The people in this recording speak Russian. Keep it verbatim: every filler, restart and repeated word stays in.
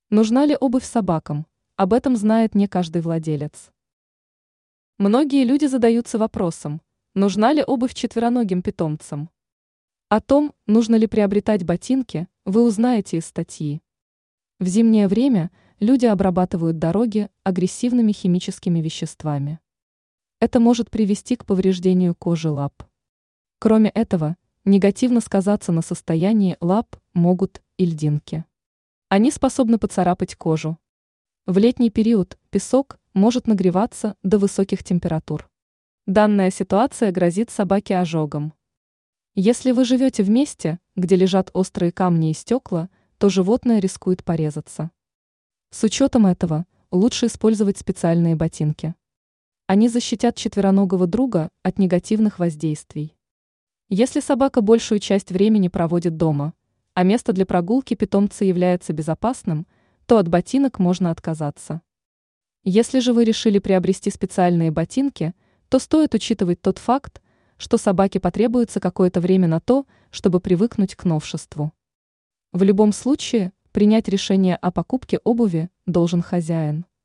Нужна ли обувь собакам? Об этом знает не каждый владелец. Многие люди задаются вопросом, нужна ли обувь четвероногим питомцам? О том, нужно ли приобретать ботинки, вы узнаете из статьи. В зимнее время люди обрабатывают дороги агрессивными химическими веществами. Это может привести к повреждению кожи лап. Кроме этого, негативно сказаться на состоянии лап могут и льдинки. Они способны поцарапать кожу. В летний период песок может нагреваться до высоких температур. Данная ситуация грозит собаке ожогом. Если вы живете в месте, где лежат острые камни и стекла, то животное рискует порезаться. С учетом этого лучше использовать специальные ботинки. Они защитят четвероногого друга от негативных воздействий. Если собака большую часть времени проводит дома, а место для прогулки питомца является безопасным, то от ботинок можно отказаться. Если же вы решили приобрести специальные ботинки, то стоит учитывать тот факт, что собаке потребуется какое-то время на то, чтобы привыкнуть к новшеству. В любом случае, принять решение о покупке обуви должен хозяин.